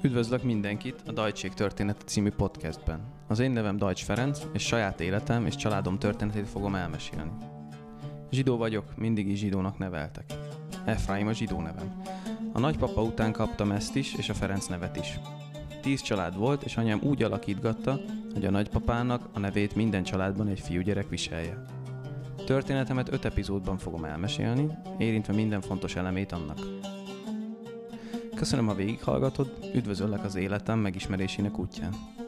Üdvözlök mindenkit a Dajtsék története című podcastben. Az én nevem Dajcs Ferenc, és saját életem és családom történetét fogom elmesélni. Zsidó vagyok, mindig is zsidónak neveltek. Efraim a zsidó nevem. A nagypapa után kaptam ezt is, és a Ferenc nevet is. 10 család volt, és anyám úgy alakítgatta, hogy a nagypapának a nevét minden családban egy fiúgyerek viselje. Történetemet 5 epizódban fogom elmesélni, érintve minden fontos elemét annak. Köszönöm, ha végighallgatod, üdvözöllek az életem megismerésének útján.